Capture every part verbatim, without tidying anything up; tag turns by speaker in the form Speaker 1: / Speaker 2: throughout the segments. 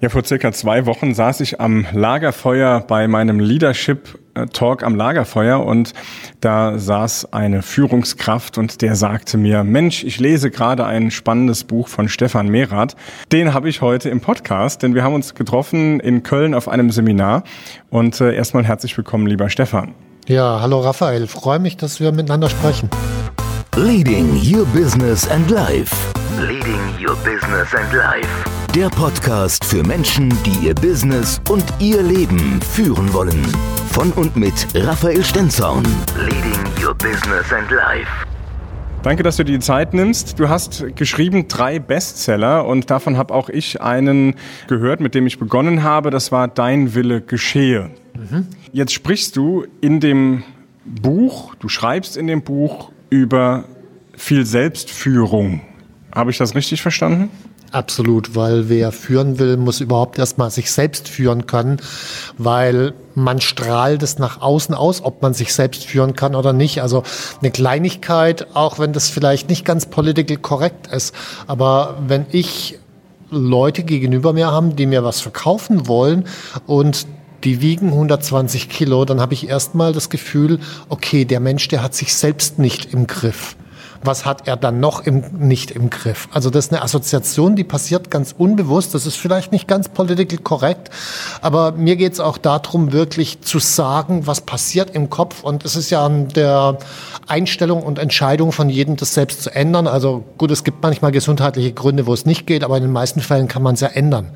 Speaker 1: Ja, vor circa zwei Wochen saß ich am Lagerfeuer bei meinem Leadership-Talk am Lagerfeuer und da saß eine Führungskraft und der sagte mir, Mensch, ich lese gerade ein spannendes Buch von Stefan Merath. Den habe ich heute im Podcast, denn wir haben uns getroffen in Köln auf einem Seminar und äh, erstmal herzlich willkommen, lieber Stefan.
Speaker 2: Ja, hallo Raphael, freue mich, dass wir miteinander sprechen.
Speaker 3: Leading Your Business and Life. Leading Your Business and Life. Der Podcast für Menschen, die ihr Business und ihr Leben führen wollen. Von und mit Raphael Stenzhorn. Leading Your Business and Life.
Speaker 1: Danke, dass du dir die Zeit nimmst. Du hast geschrieben drei Bestseller und davon habe auch ich einen gehört, mit dem ich begonnen habe. Das war Dein Wille geschehe. Mhm. Jetzt sprichst du in dem Buch, du schreibst in dem Buch über viel Selbstführung. Habe ich das richtig verstanden?
Speaker 2: Absolut, weil wer führen will, muss überhaupt erstmal sich selbst führen können, weil man strahlt es nach außen aus, ob man sich selbst führen kann oder nicht. Also eine Kleinigkeit, auch wenn das vielleicht nicht ganz political korrekt ist, aber wenn ich Leute gegenüber mir habe, die mir was verkaufen wollen und die wiegen hundertzwanzig Kilo, dann habe ich erstmal das Gefühl, okay, der Mensch, der hat sich selbst nicht im Griff. Was hat er dann noch im, nicht im Griff? Also das ist eine Assoziation, die passiert ganz unbewusst. Das ist vielleicht nicht ganz political korrekt, aber mir geht es auch darum, wirklich zu sagen, was passiert im Kopf. Und es ist ja an der Einstellung und Entscheidung von jedem, das selbst zu ändern. Also gut, es gibt manchmal gesundheitliche Gründe, wo es nicht geht, aber in den meisten Fällen kann man es ja ändern.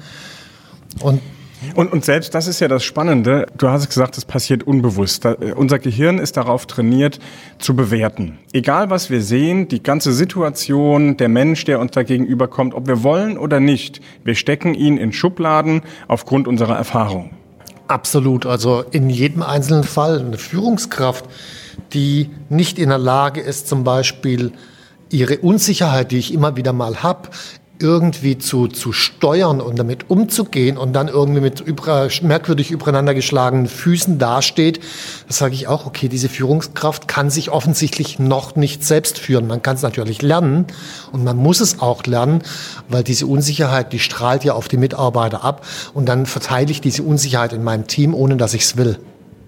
Speaker 2: Und
Speaker 1: Und, und selbst das ist ja das Spannende. Du hast gesagt, es passiert unbewusst. Da, unser Gehirn ist darauf trainiert, zu bewerten. Egal, was wir sehen, die ganze Situation, der Mensch, der uns da gegenüberkommt, ob wir wollen oder nicht, wir stecken ihn in Schubladen aufgrund unserer Erfahrung.
Speaker 2: Absolut. Also in jedem einzelnen Fall eine Führungskraft, die nicht in der Lage ist, zum Beispiel ihre Unsicherheit, die ich immer wieder mal habe, irgendwie zu, zu steuern und damit umzugehen und dann irgendwie mit über, merkwürdig übereinander geschlagenen Füßen dasteht, da sage ich auch, okay, diese Führungskraft kann sich offensichtlich noch nicht selbst führen. Man kann es natürlich lernen und man muss es auch lernen, weil diese Unsicherheit, die strahlt ja auf die Mitarbeiter ab und dann verteile ich diese Unsicherheit in meinem Team, ohne dass ich es will.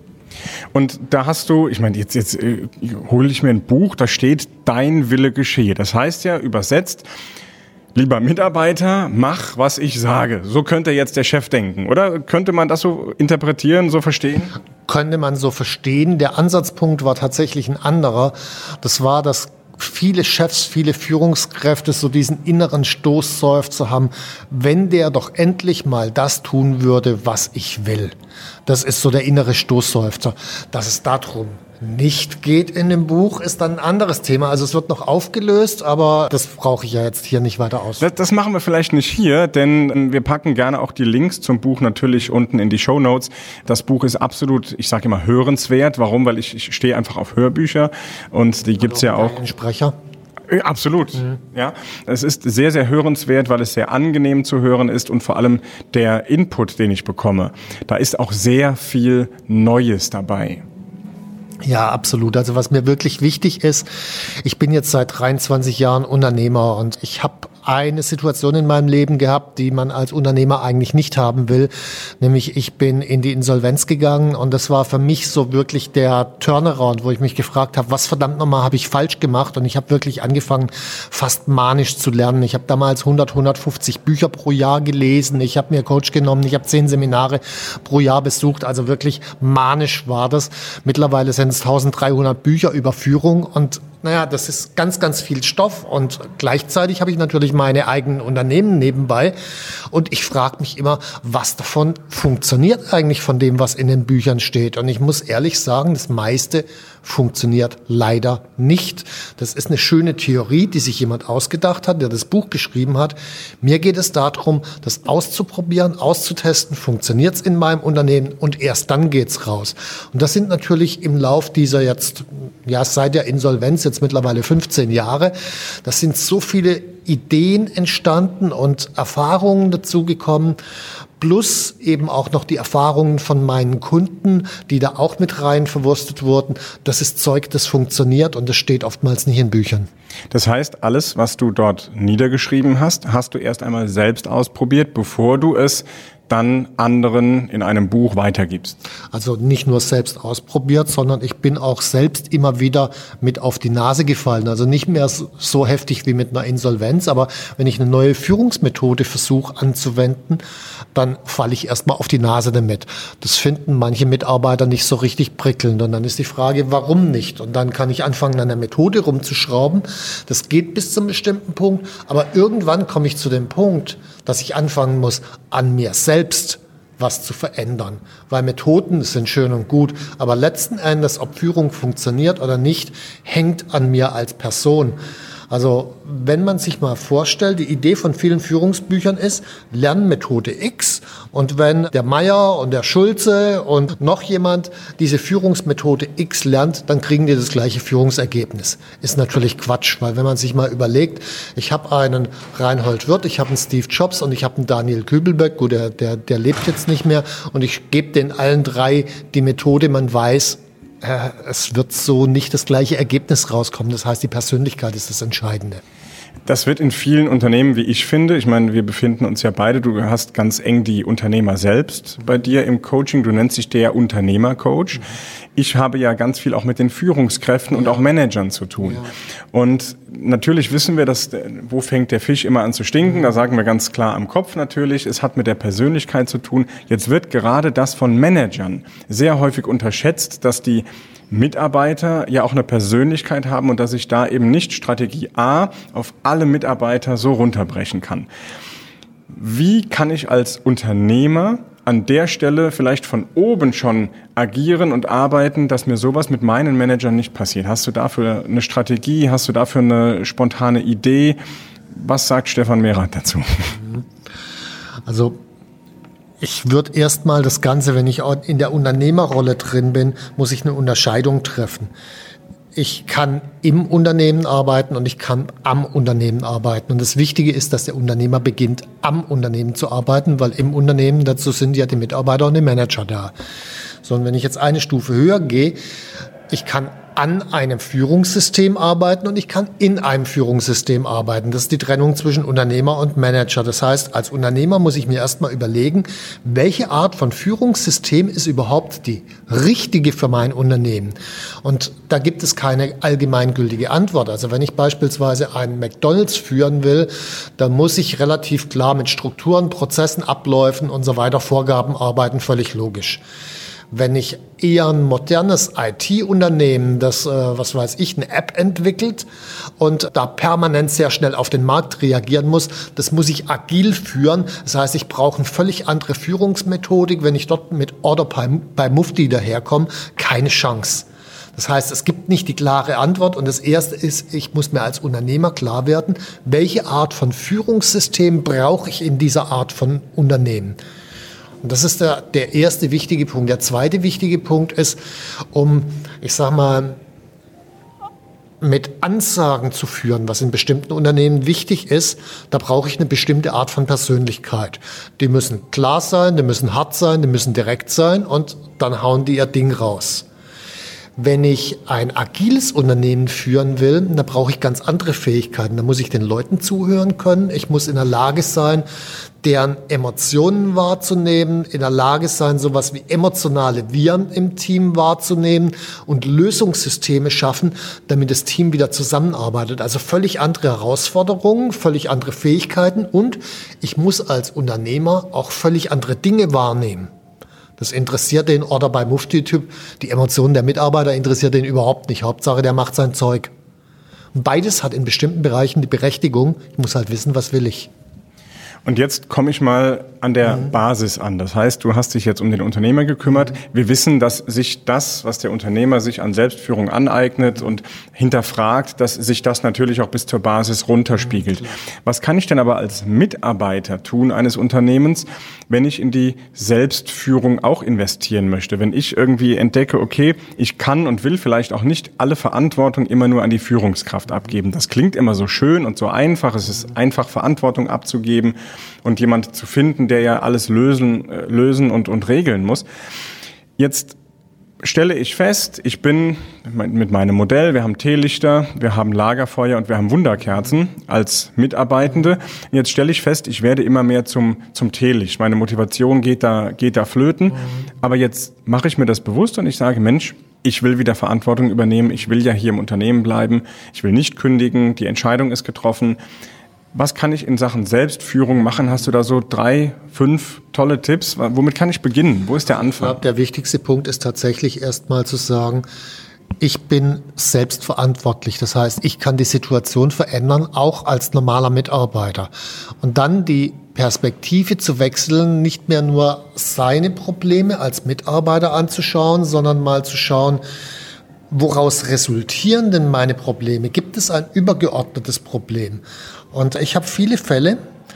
Speaker 1: Und da hast du, ich meine, jetzt, jetzt äh, hole ich mir ein Buch, da steht, Dein Wille geschehe. Das heißt ja übersetzt, lieber Mitarbeiter, mach, was ich sage. So könnte jetzt der Chef denken. Oder könnte man das so interpretieren, so verstehen?
Speaker 2: Könnte man so verstehen. Der Ansatzpunkt war tatsächlich ein anderer. Das war, dass viele Chefs, viele Führungskräfte so diesen inneren Stoßseufzer haben, wenn der doch endlich mal das tun würde, was ich will. Das ist so der innere Stoßseufzer. Dass es darum nicht geht in dem Buch, ist dann ein anderes Thema. Also es wird noch aufgelöst, aber das brauche ich ja jetzt hier nicht weiter aus.
Speaker 1: Das, das machen wir vielleicht nicht hier, denn wir packen gerne auch die Links zum Buch natürlich unten in die Shownotes. Das Buch ist absolut, ich sage immer, hörenswert. Warum? Weil ich, ich stehe einfach auf Hörbücher und die gibt's ja auch.
Speaker 2: Ein Sprecher.
Speaker 1: Absolut, mhm. Ja. Es ist sehr, sehr hörenswert, weil es sehr angenehm zu hören ist und vor allem der Input, den ich bekomme. Da ist auch sehr viel Neues dabei.
Speaker 2: Ja, absolut. Also was mir wirklich wichtig ist, ich bin jetzt seit dreiundzwanzig Jahren Unternehmer und ich habe eine Situation in meinem Leben gehabt, die man als Unternehmer eigentlich nicht haben will. Nämlich ich bin in die Insolvenz gegangen und das war für mich so wirklich der Turnaround, wo ich mich gefragt habe, was verdammt nochmal habe ich falsch gemacht? Und ich habe wirklich angefangen, fast manisch zu lernen. Ich habe damals hundert, hundertfünfzig Bücher pro Jahr gelesen. Ich habe mir Coach genommen. Ich habe zehn Seminare pro Jahr besucht. Also wirklich manisch war das. Mittlerweile sind es dreizehnhundert Bücher über Führung und naja, das ist ganz, ganz viel Stoff und gleichzeitig habe ich natürlich meine eigenen Unternehmen nebenbei und ich frage mich immer, was davon funktioniert eigentlich von dem, was in den Büchern steht. Und ich muss ehrlich sagen, das meiste funktioniert leider nicht. Das ist eine schöne Theorie, die sich jemand ausgedacht hat, der das Buch geschrieben hat. Mir geht es darum, das auszuprobieren, auszutesten, funktioniert es in meinem Unternehmen und erst dann geht's raus. Und das sind natürlich im Lauf dieser jetzt, ja, seit der Insolvenz, jetzt mittlerweile fünfzehn Jahre, das sind so viele Ideen entstanden und Erfahrungen dazugekommen, plus eben auch noch die Erfahrungen von meinen Kunden, die da auch mit rein verwurstet wurden. Das ist Zeug, das funktioniert und das steht oftmals nicht in Büchern.
Speaker 1: Das heißt, alles, was du dort niedergeschrieben hast, hast du erst einmal selbst ausprobiert, bevor du es dann anderen in einem Buch weitergibst?
Speaker 2: Also nicht nur selbst ausprobiert, sondern ich bin auch selbst immer wieder mit auf die Nase gefallen. Also nicht mehr so heftig wie mit einer Insolvenz, aber wenn ich eine neue Führungsmethode versuche anzuwenden, dann falle ich erstmal auf die Nase damit. Das finden manche Mitarbeiter nicht so richtig prickelnd. Und dann ist die Frage, warum nicht? Und dann kann ich anfangen, an der Methode rumzuschrauben. Das geht bis zu einem bestimmten Punkt, aber irgendwann komme ich zu dem Punkt, dass ich anfangen muss, an mir selbst was zu verändern. Weil Methoden sind schön und gut, aber letzten Endes, ob Führung funktioniert oder nicht, hängt an mir als Person. Also wenn man sich mal vorstellt, die Idee von vielen Führungsbüchern ist, Lernmethode X, und wenn der Meier und der Schulze und noch jemand diese Führungsmethode X lernt, dann kriegen die das gleiche Führungsergebnis. Ist natürlich Quatsch, weil wenn man sich mal überlegt, ich habe einen Reinhold Wirth, ich habe einen Steve Jobs und ich habe einen Daniel Kübelberg, gut, der, der, der lebt jetzt nicht mehr, und ich gebe den allen drei die Methode, man weiß, es wird so nicht das gleiche Ergebnis rauskommen. Das heißt, die Persönlichkeit ist das Entscheidende.
Speaker 1: Das wird in vielen Unternehmen, wie ich finde, ich meine, wir befinden uns ja beide, du hast ganz eng die Unternehmer selbst bei dir im Coaching, du nennst dich der Unternehmercoach. Mhm. Ich habe ja ganz viel auch mit den Führungskräften ja. und auch Managern zu tun. Ja. Und natürlich wissen wir, dass, wo fängt der Fisch immer an zu stinken? Da sagen wir ganz klar am Kopf natürlich. Es hat mit der Persönlichkeit zu tun. Jetzt wird gerade das von Managern sehr häufig unterschätzt, dass die Mitarbeiter ja auch eine Persönlichkeit haben und dass ich da eben nicht Strategie A auf alle Mitarbeiter so runterbrechen kann. Wie kann ich als Unternehmer an der Stelle vielleicht von oben schon agieren und arbeiten, dass mir sowas mit meinen Managern nicht passiert? Hast du dafür eine Strategie? Hast du dafür eine spontane Idee? Was sagt Stefan Mehrath dazu?
Speaker 2: Also ich würde erstmal das Ganze, wenn ich in der Unternehmerrolle drin bin, muss ich eine Unterscheidung treffen. Ich kann im Unternehmen arbeiten und ich kann am Unternehmen arbeiten. Und das Wichtige ist, dass der Unternehmer beginnt, am Unternehmen zu arbeiten, weil im Unternehmen, dazu sind ja die Mitarbeiter und die Manager da. So, und wenn ich jetzt eine Stufe höher gehe, ich kann an einem Führungssystem arbeiten und ich kann in einem Führungssystem arbeiten. Das ist die Trennung zwischen Unternehmer und Manager. Das heißt, als Unternehmer muss ich mir erstmal überlegen, welche Art von Führungssystem ist überhaupt die richtige für mein Unternehmen. Und da gibt es keine allgemeingültige Antwort. Also wenn ich beispielsweise einen McDonald's führen will, dann muss ich relativ klar mit Strukturen, Prozessen, Abläufen und so weiter, Vorgaben arbeiten, völlig logisch. Wenn ich eher ein modernes I T-Unternehmen, das, äh, was weiß ich, eine App entwickelt und da permanent sehr schnell auf den Markt reagieren muss, das muss ich agil führen. Das heißt, ich brauche eine völlig andere Führungsmethodik. Wenn ich dort mit Order by, by Mufti daherkomme, keine Chance. Das heißt, es gibt nicht die klare Antwort. Und das Erste ist, ich muss mir als Unternehmer klar werden, welche Art von Führungssystem brauche ich in dieser Art von Unternehmen. Und das ist der, der erste wichtige Punkt. Der zweite wichtige Punkt ist, um, ich sag mal, mit Ansagen zu führen, was in bestimmten Unternehmen wichtig ist, da brauche ich eine bestimmte Art von Persönlichkeit. Die müssen klar sein, die müssen hart sein, die müssen direkt sein und dann hauen die ihr Ding raus. Wenn ich ein agiles Unternehmen führen will, dann brauche ich ganz andere Fähigkeiten. Da muss ich den Leuten zuhören können. Ich muss in der Lage sein, deren Emotionen wahrzunehmen, in der Lage sein, sowas wie emotionale Viren im Team wahrzunehmen und Lösungssysteme schaffen, damit das Team wieder zusammenarbeitet. Also völlig andere Herausforderungen, völlig andere Fähigkeiten und ich muss als Unternehmer auch völlig andere Dinge wahrnehmen. Das interessiert den Order by Mufti-Typ. Die Emotionen der Mitarbeiter interessiert den überhaupt nicht. Hauptsache, der macht sein Zeug. Und beides hat in bestimmten Bereichen die Berechtigung. Ich muss halt wissen, was will ich.
Speaker 1: Und jetzt komme ich mal an der mhm. Basis an. Das heißt, du hast dich jetzt um den Unternehmer gekümmert. Mhm. Wir wissen, dass sich das, was der Unternehmer sich an Selbstführung aneignet und hinterfragt, dass sich das natürlich auch bis zur Basis runterspiegelt. Mhm. Was kann ich denn aber als Mitarbeiter tun eines Unternehmens, wenn ich in die Selbstführung auch investieren möchte? Wenn ich irgendwie entdecke, okay, ich kann und will vielleicht auch nicht alle Verantwortung immer nur an die Führungskraft abgeben. Das klingt immer so schön und so einfach. Es ist einfach, Verantwortung abzugeben und jemand zu finden, der ja alles lösen, lösen und, und regeln muss. Jetzt stelle ich fest, ich bin mit meinem Modell, wir haben Teelichter, wir haben Lagerfeuer und wir haben Wunderkerzen als Mitarbeitende. Jetzt stelle ich fest, ich werde immer mehr zum, zum Teelicht. Meine Motivation geht da, geht da flöten. Aber jetzt mache ich mir das bewusst und ich sage, Mensch, ich will wieder Verantwortung übernehmen. Ich will ja hier im Unternehmen bleiben. Ich will nicht kündigen. Die Entscheidung ist getroffen. Was kann ich in Sachen Selbstführung machen? Hast du da so drei, fünf tolle Tipps? Womit kann ich beginnen? Wo ist der Anfang?
Speaker 2: Ich glaube, der wichtigste Punkt ist tatsächlich erstmal zu sagen, ich bin selbstverantwortlich. Das heißt, ich kann die Situation verändern, auch als normaler Mitarbeiter. Und dann die Perspektive zu wechseln, nicht mehr nur seine Probleme als Mitarbeiter anzuschauen, sondern mal zu schauen, woraus resultieren denn meine Probleme? Gibt es ein übergeordnetes Problem? Und ich habe viele Fälle,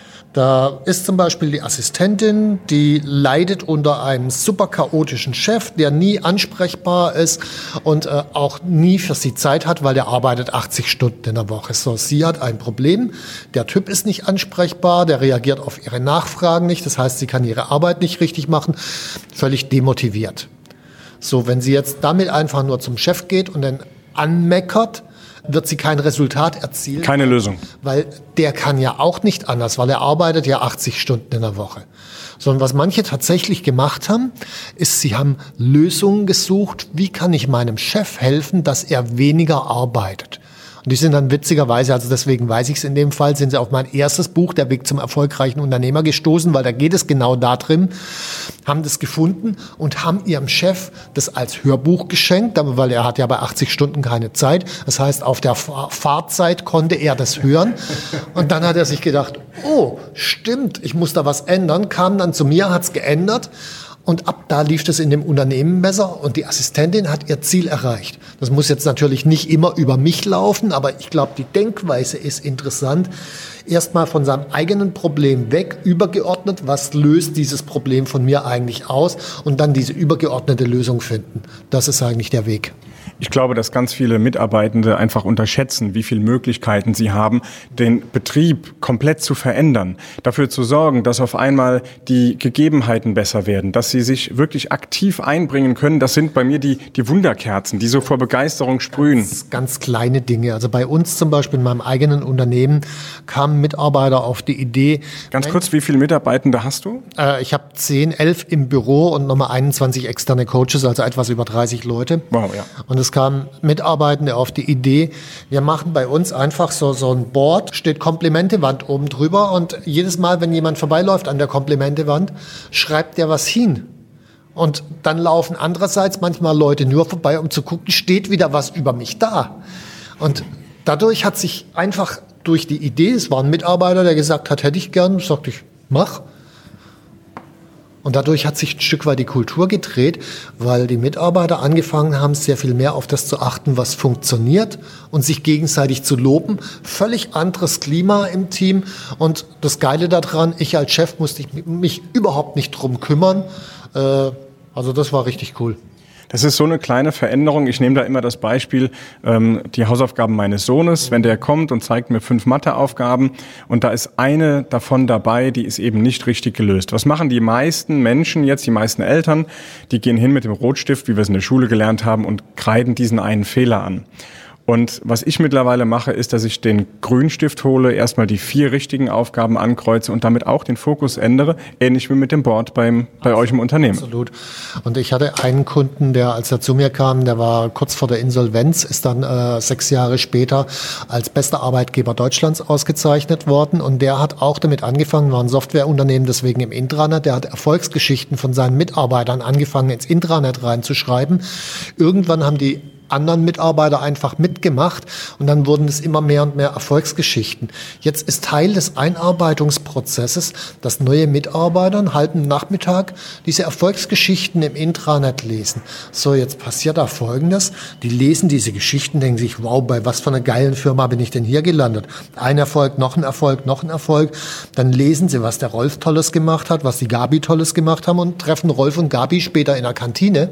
Speaker 2: da ist zum Beispiel die Assistentin, die leidet unter einem super chaotischen Chef, der nie ansprechbar ist und äh, auch nie für sie Zeit hat, weil der arbeitet achtzig Stunden in der Woche. So, sie hat ein Problem, der Typ ist nicht ansprechbar, der reagiert auf ihre Nachfragen nicht, das heißt, sie kann ihre Arbeit nicht richtig machen, völlig demotiviert. So, wenn sie jetzt damit einfach nur zum Chef geht und dann anmeckert, wird sie kein Resultat erzielen.
Speaker 1: Keine Lösung.
Speaker 2: Weil der kann ja auch nicht anders, weil er arbeitet ja achtzig Stunden in der Woche. Sondern was manche tatsächlich gemacht haben, ist, sie haben Lösungen gesucht, wie kann ich meinem Chef helfen, dass er weniger arbeitet. Und die sind dann witzigerweise, also deswegen weiß ich es in dem Fall, sind sie auf mein erstes Buch, Der Weg zum erfolgreichen Unternehmer, gestoßen, weil da geht es genau darum, haben das gefunden und haben ihrem Chef das als Hörbuch geschenkt, weil er hat ja bei achtzig Stunden keine Zeit. Das heißt, auf der Fahrzeit konnte er das hören. Und dann hat er sich gedacht, oh, stimmt, ich muss da was ändern, kam dann zu mir, hat's geändert. Und ab da lief das in dem Unternehmen besser und die Assistentin hat ihr Ziel erreicht. Das muss jetzt natürlich nicht immer über mich laufen, aber ich glaube, die Denkweise ist interessant. Erstmal von seinem eigenen Problem weg, übergeordnet, was löst dieses Problem von mir eigentlich aus und dann diese übergeordnete Lösung finden. Das ist eigentlich der Weg.
Speaker 1: Ich glaube, dass ganz viele Mitarbeitende einfach unterschätzen, wie viele Möglichkeiten sie haben, den Betrieb komplett zu verändern, dafür zu sorgen, dass auf einmal die Gegebenheiten besser werden, dass sie sich wirklich aktiv einbringen können. Das sind bei mir die, die Wunderkerzen, die so vor Begeisterung sprühen.
Speaker 2: Ganz, ganz kleine Dinge. Also bei uns zum Beispiel in meinem eigenen Unternehmen kamen Mitarbeiter auf die Idee.
Speaker 1: Ganz kurz, wie viele Mitarbeitende hast du?
Speaker 2: Äh, ich habe zehn, elf im Büro und nochmal einundzwanzig externe Coaches, also etwas über dreißig Leute.
Speaker 1: Wow, ja.
Speaker 2: Und es kamen Mitarbeitende auf die Idee, wir machen bei uns einfach so, so ein Board, steht Komplimentewand oben drüber und jedes Mal, wenn jemand vorbeiläuft an der Komplimentewand, schreibt der was hin. Und dann laufen andererseits manchmal Leute nur vorbei, um zu gucken, steht wieder was über mich da. Und dadurch hat sich einfach durch die Idee, es war ein Mitarbeiter, der gesagt hat, hätte ich gern, sagte ich, mach. Und dadurch hat sich ein Stück weit die Kultur gedreht, weil die Mitarbeiter angefangen haben, sehr viel mehr auf das zu achten, was funktioniert und sich gegenseitig zu loben. Völlig anderes Klima im Team. Und das Geile daran, ich als Chef musste mich überhaupt nicht drum kümmern. Also das war richtig cool.
Speaker 1: Das ist so eine kleine Veränderung. Ich nehme da immer das Beispiel, ähm, die Hausaufgaben meines Sohnes. Wenn der kommt und zeigt mir fünf Matheaufgaben und da ist eine davon dabei, die ist eben nicht richtig gelöst. Was machen die meisten Menschen jetzt, die meisten Eltern? Die gehen hin mit dem Rotstift, wie wir es in der Schule gelernt haben, und kreiden diesen einen Fehler an. Und was ich mittlerweile mache, ist, dass ich den Grünstift hole, erstmal die vier richtigen Aufgaben ankreuze und damit auch den Fokus ändere, ähnlich wie mit dem Board beim, bei euch im Unternehmen.
Speaker 2: Absolut. Und ich hatte einen Kunden, der, als er zu mir kam, der war kurz vor der Insolvenz, ist dann äh, sechs Jahre später als bester Arbeitgeber Deutschlands ausgezeichnet worden. Und der hat auch damit angefangen, war ein Softwareunternehmen, deswegen im Intranet. Der hat Erfolgsgeschichten von seinen Mitarbeitern angefangen, ins Intranet reinzuschreiben. Irgendwann haben die anderen Mitarbeiter einfach mitgemacht und dann wurden es immer mehr und mehr Erfolgsgeschichten. Jetzt ist Teil des Einarbeitungsprozesses, dass neue Mitarbeiter einen halben Nachmittag diese Erfolgsgeschichten im Intranet lesen. So, jetzt passiert da Folgendes. Die lesen diese Geschichten, denken sich, wow, bei was für einer geilen Firma bin ich denn hier gelandet? Ein Erfolg, noch ein Erfolg, noch ein Erfolg. Dann lesen sie, was der Rolf Tolles gemacht hat, was die Gabi Tolles gemacht haben und treffen Rolf und Gabi später in der Kantine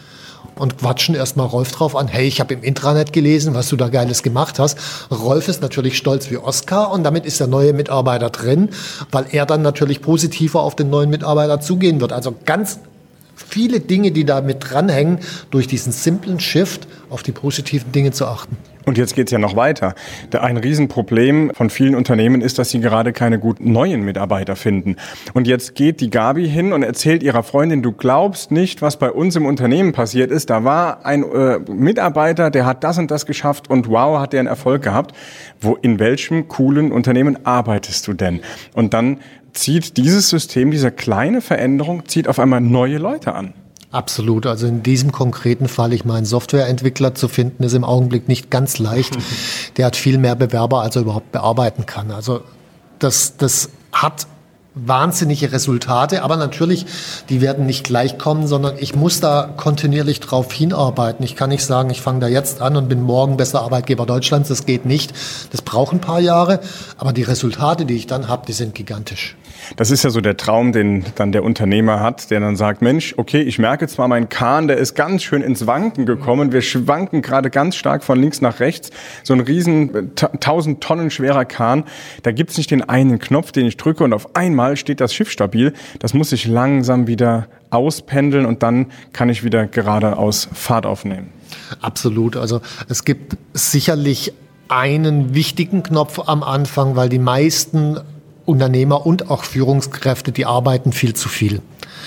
Speaker 2: und quatschen erstmal Rolf drauf an. Hey, ich habe im Intranet gelesen, was du da Geiles gemacht hast. Rolf ist natürlich stolz wie Oskar und damit ist der neue Mitarbeiter drin, weil er dann natürlich positiver auf den neuen Mitarbeiter zugehen wird. Also ganz viele Dinge, die da mit dranhängen, durch diesen simplen Shift auf die positiven Dinge zu achten.
Speaker 1: Und jetzt geht's ja noch weiter. Ein Riesenproblem von vielen Unternehmen ist, dass sie gerade keine guten neuen Mitarbeiter finden. Und jetzt geht die Gabi hin und erzählt ihrer Freundin, du glaubst nicht, was bei uns im Unternehmen passiert ist. Da war ein äh, Mitarbeiter, der hat das und das geschafft und wow, hat der einen Erfolg gehabt. Wo, in welchem coolen Unternehmen arbeitest du denn? Und dann zieht dieses System, diese kleine Veränderung, zieht auf einmal neue Leute an.
Speaker 2: Absolut. Also in diesem konkreten Fall, ich meine, Softwareentwickler zu finden, ist im Augenblick nicht ganz leicht. Der hat viel mehr Bewerber, als er überhaupt bearbeiten kann. Also das, das hat wahnsinnige Resultate, aber natürlich, die werden nicht gleich kommen, sondern ich muss da kontinuierlich drauf hinarbeiten. Ich kann nicht sagen, ich fange da jetzt an und bin morgen bester Arbeitgeber Deutschlands. Das geht nicht. Das braucht ein paar Jahre, aber die Resultate, die ich dann habe, die sind gigantisch.
Speaker 1: Das ist ja so der Traum, den dann der Unternehmer hat, der dann sagt, Mensch, okay, ich merke zwar, mein Kahn, der ist ganz schön ins Wanken gekommen. Wir schwanken gerade ganz stark von links nach rechts. So ein riesen, tausend Tonnen schwerer Kahn. Da gibt's nicht den einen Knopf, den ich drücke und auf einmal steht das Schiff stabil. Das muss sich langsam wieder auspendeln und dann kann ich wieder geradeaus Fahrt aufnehmen.
Speaker 2: Absolut. Also es gibt sicherlich einen wichtigen Knopf am Anfang, weil die meisten Unternehmer und auch Führungskräfte, die arbeiten viel zu viel.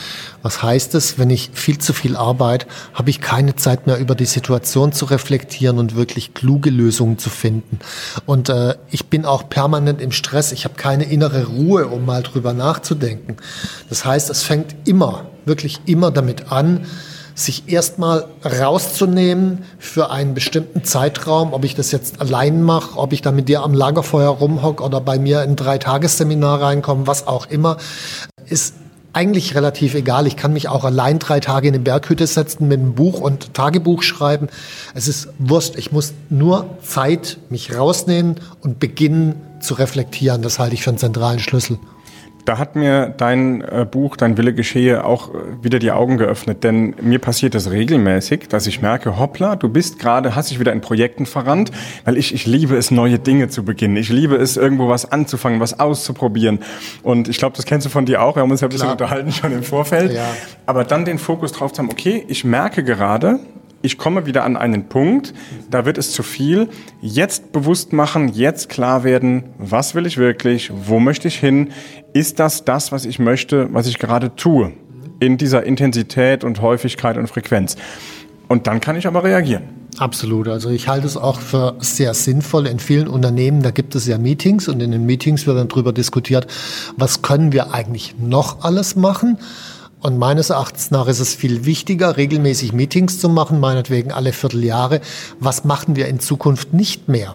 Speaker 2: Was heißt es, wenn ich viel zu viel arbeite, habe ich keine Zeit mehr über die Situation zu reflektieren und wirklich kluge Lösungen zu finden. Und äh, ich bin auch permanent im Stress, ich habe keine innere Ruhe, um mal drüber nachzudenken. Das heißt, es fängt immer, wirklich immer damit an, sich erstmal rauszunehmen für einen bestimmten Zeitraum, ob ich das jetzt allein mache, ob ich da mit dir am Lagerfeuer rumhocke oder bei mir in ein Drei-Tages-Seminar reinkomme, was auch immer, ist eigentlich relativ egal. Ich kann mich auch allein drei Tage in eine Berghütte setzen mit einem Buch und Tagebuch schreiben. Es ist wurscht. Ich muss nur Zeit mich rausnehmen und beginnen zu reflektieren. Das halte ich für einen zentralen Schlüssel.
Speaker 1: Da hat mir dein äh, Buch, Dein Wille geschehe, auch äh, wieder die Augen geöffnet. Denn mir passiert das regelmäßig, dass ich merke, hoppla, du bist gerade, hast dich wieder in Projekten verrannt, weil ich, ich liebe es, neue Dinge zu beginnen. Ich liebe es, irgendwo was anzufangen, was auszuprobieren. Und ich glaube, das kennst du von dir auch. Wir haben uns ja ein bisschen unterhalten schon im Vorfeld.
Speaker 2: Ja.
Speaker 1: Aber dann den Fokus drauf zu haben, okay, ich merke gerade, ich komme wieder an einen Punkt, da wird es zu viel. Jetzt bewusst machen, jetzt klar werden, was will ich wirklich, wo möchte ich hin? Ist das das, was ich möchte, was ich gerade tue? In dieser Intensität und Häufigkeit und Frequenz. Und dann kann ich aber reagieren.
Speaker 2: Absolut. Also ich halte es auch für sehr sinnvoll. In vielen Unternehmen, da gibt es ja Meetings und in den Meetings wird dann darüber diskutiert, was können wir eigentlich noch alles machen? Und meines Erachtens nach ist es viel wichtiger, regelmäßig Meetings zu machen, meinetwegen alle Vierteljahre. Was machen wir in Zukunft nicht mehr,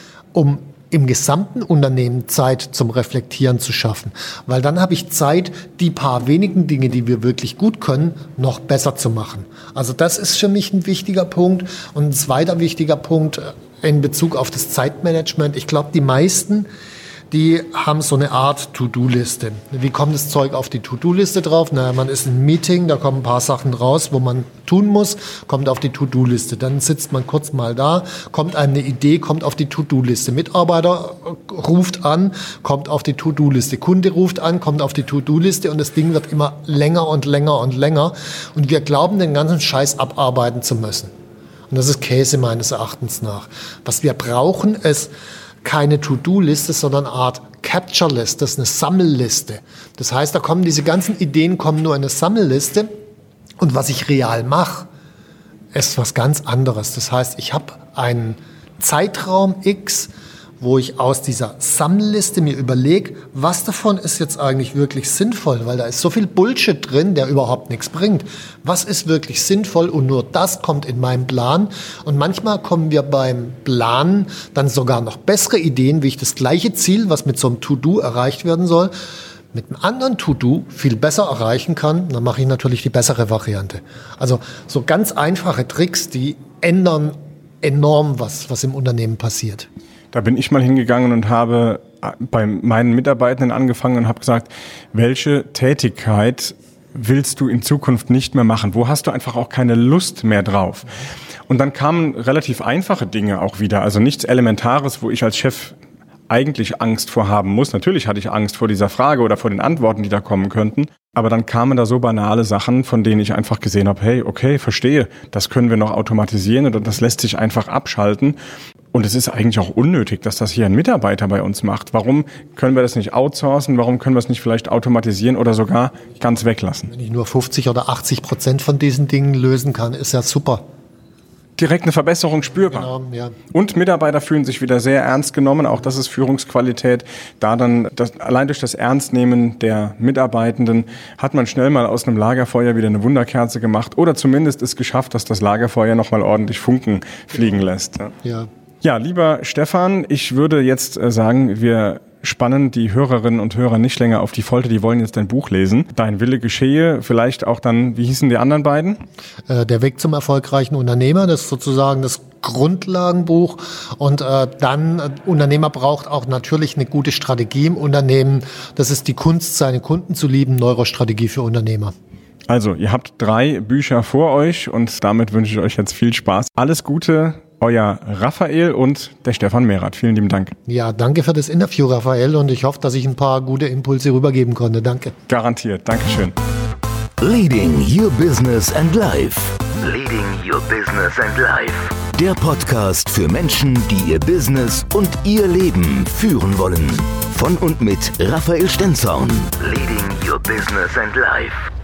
Speaker 2: um im gesamten Unternehmen Zeit zum Reflektieren zu schaffen? Weil dann habe ich Zeit, die paar wenigen Dinge, die wir wirklich gut können, noch besser zu machen. Also das ist für mich ein wichtiger Punkt. Und ein zweiter wichtiger Punkt in Bezug auf das Zeitmanagement. Ich glaube, die meisten, die haben so eine Art To-Do-Liste. Wie kommt das Zeug auf die To-Do-Liste drauf? Na, man ist in einem Meeting, da kommen ein paar Sachen raus, wo man tun muss, kommt auf die To-Do-Liste. Dann sitzt man kurz mal da, kommt einem eine Idee, kommt auf die To-Do-Liste. Mitarbeiter ruft an, kommt auf die To-Do-Liste. Kunde ruft an, kommt auf die To-Do-Liste und das Ding wird immer länger und länger und länger. Und wir glauben, den ganzen Scheiß abarbeiten zu müssen. Und das ist Käse meines Erachtens nach. Was wir brauchen, ist keine To-Do-Liste, sondern eine Art Capture-List, das ist eine Sammelliste. Das heißt, da kommen diese ganzen Ideen kommen nur in eine Sammelliste und was ich real mache, ist was ganz anderes. Das heißt, ich habe einen Zeitraum X, wo ich aus dieser Sammelliste mir überlege, was davon ist jetzt eigentlich wirklich sinnvoll, weil da ist so viel Bullshit drin, der überhaupt nichts bringt. Was ist wirklich sinnvoll und nur das kommt in meinen Plan. Und manchmal kommen wir beim Planen dann sogar noch bessere Ideen, wie ich das gleiche Ziel, was mit so einem To-Do erreicht werden soll, mit einem anderen To-Do viel besser erreichen kann. Dann mache ich natürlich die bessere Variante. Also so ganz einfache Tricks, die ändern enorm was, was im Unternehmen passiert.
Speaker 1: Da bin ich mal hingegangen und habe bei meinen Mitarbeitenden angefangen und habe gesagt, welche Tätigkeit willst du in Zukunft nicht mehr machen? Wo hast du einfach auch keine Lust mehr drauf? Und dann kamen relativ einfache Dinge auch wieder, also nichts Elementares, wo ich als Chef eigentlich Angst vor haben muss. Natürlich hatte ich Angst vor dieser Frage oder vor den Antworten, die da kommen könnten. Aber dann kamen da so banale Sachen, von denen ich einfach gesehen habe, hey, okay, verstehe, das können wir noch automatisieren und das lässt sich einfach abschalten. Und es ist eigentlich auch unnötig, dass das hier ein Mitarbeiter bei uns macht. Warum können wir das nicht outsourcen? Warum können wir es nicht vielleicht automatisieren oder sogar ganz weglassen?
Speaker 2: Wenn ich nur fünfzig oder achtzig Prozent von diesen Dingen lösen kann, ist ja super.
Speaker 1: Direkt eine Verbesserung spürbar.
Speaker 2: Genau, ja.
Speaker 1: Und Mitarbeiter fühlen sich wieder sehr ernst genommen. Auch das ist Führungsqualität. Da dann das, allein durch das Ernstnehmen der Mitarbeitenden hat man schnell mal aus einem Lagerfeuer wieder eine Wunderkerze gemacht oder zumindest es geschafft, dass das Lagerfeuer nochmal ordentlich Funken fliegen lässt. Ja.
Speaker 2: Ja.
Speaker 1: Ja, lieber Stefan, ich würde jetzt sagen, wir spannen die Hörerinnen und Hörer nicht länger auf die Folter, die wollen jetzt dein Buch lesen. Dein Wille geschehe, vielleicht auch dann, wie hießen die anderen beiden?
Speaker 2: Äh, der Weg zum erfolgreichen Unternehmer, das ist sozusagen das Grundlagenbuch. Und äh, dann, äh, Unternehmer braucht auch natürlich eine gute Strategie im Unternehmen. Das ist die Kunst, seine Kunden zu lieben, Neurostrategie für Unternehmer.
Speaker 1: Also, ihr habt drei Bücher vor euch und damit wünsche ich euch jetzt viel Spaß. Alles Gute. Euer Raphael und der Stefan Mehrath. Vielen lieben Dank.
Speaker 2: Ja, danke für das Interview, Raphael, und ich hoffe, dass ich ein paar gute Impulse rübergeben konnte. Danke.
Speaker 1: Garantiert. Dankeschön.
Speaker 3: Leading Your Business and Life. Leading Your Business and Life. Der Podcast für Menschen, die ihr Business und ihr Leben führen wollen. Von und mit Raphael Stenzhorn. Leading Your Business and Life.